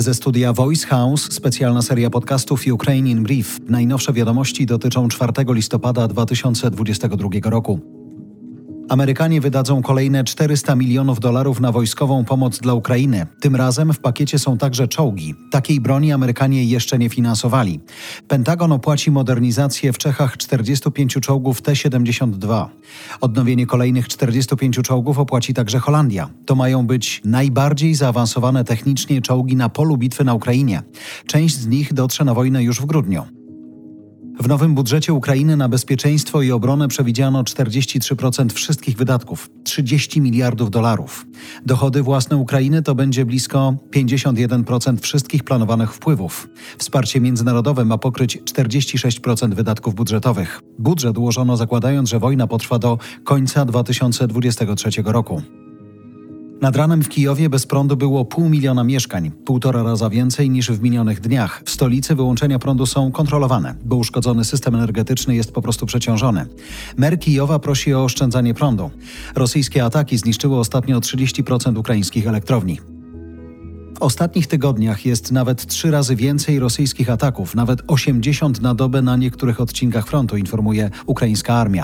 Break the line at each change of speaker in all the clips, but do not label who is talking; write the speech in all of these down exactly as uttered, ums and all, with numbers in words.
Ze studia Voice House specjalna seria podcastów Ukraine in Brief. Najnowsze wiadomości dotyczą czwartego listopada dwa tysiące dwudziestego drugiego roku. Amerykanie wydadzą kolejne czterysta milionów dolarów na wojskową pomoc dla Ukrainy. Tym razem w pakiecie są także czołgi. Takiej broni Amerykanie jeszcze nie finansowali. Pentagon opłaci modernizację w Czechach czterdziestu pięciu czołgów T siedemdziesiąt dwa. Odnowienie kolejnych czterdziestu pięciu czołgów opłaci także Holandia. To mają być najbardziej zaawansowane technicznie czołgi na polu bitwy na Ukrainie. Część z nich dotrze na wojnę już w grudniu. W nowym budżecie Ukrainy na bezpieczeństwo i obronę przewidziano czterdzieści trzy procent wszystkich wydatków, trzydzieści miliardów dolarów. Dochody własne Ukrainy to będzie blisko pięćdziesiąt jeden procent wszystkich planowanych wpływów. Wsparcie międzynarodowe ma pokryć czterdzieści sześć procent wydatków budżetowych. Budżet ułożono zakładając, że wojna potrwa do końca dwa tysiące dwudziestego trzeciego roku. Nad ranem w Kijowie bez prądu było pół miliona mieszkań, półtora raza więcej niż w minionych dniach. W stolicy wyłączenia prądu są kontrolowane, bo uszkodzony system energetyczny jest po prostu przeciążony. Mer Kijowa prosi o oszczędzanie prądu. Rosyjskie ataki zniszczyły ostatnio trzydzieści procent ukraińskich elektrowni. W ostatnich tygodniach jest nawet trzy razy więcej rosyjskich ataków, nawet osiemdziesiąt na dobę na niektórych odcinkach frontu, informuje ukraińska armia.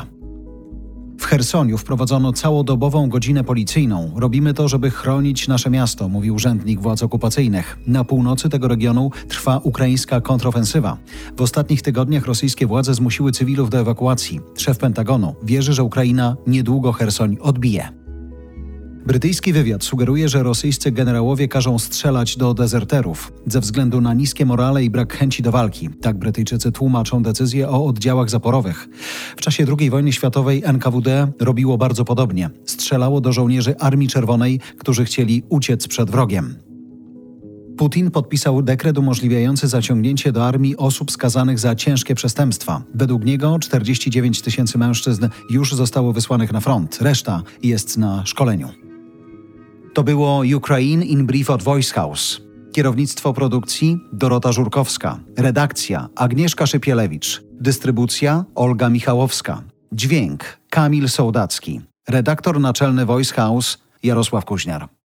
W Chersoniu wprowadzono całodobową godzinę policyjną. Robimy to, żeby chronić nasze miasto, mówił urzędnik władz okupacyjnych. Na północy tego regionu trwa ukraińska kontrofensywa. W ostatnich tygodniach rosyjskie władze zmusiły cywilów do ewakuacji. Szef Pentagonu wierzy, że Ukraina niedługo Chersoń odbije. Brytyjski wywiad sugeruje, że rosyjscy generałowie każą strzelać do dezerterów ze względu na niskie morale i brak chęci do walki. Tak Brytyjczycy tłumaczą decyzję o oddziałach zaporowych. W czasie drugiej wojny światowej N K W D robiło bardzo podobnie. Strzelało do żołnierzy Armii Czerwonej, którzy chcieli uciec przed wrogiem. Putin podpisał dekret umożliwiający zaciągnięcie do armii osób skazanych za ciężkie przestępstwa. Według niego czterdzieści dziewięć tysięcy mężczyzn już zostało wysłanych na front. Reszta jest na szkoleniu. To było Ukraine in Brief od Voice House. Kierownictwo produkcji Dorota Żurkowska. Redakcja Agnieszka Szypielewicz. Dystrybucja Olga Michałowska. Dźwięk Kamil Sołdacki. Redaktor naczelny Voice House Jarosław Kuźniar.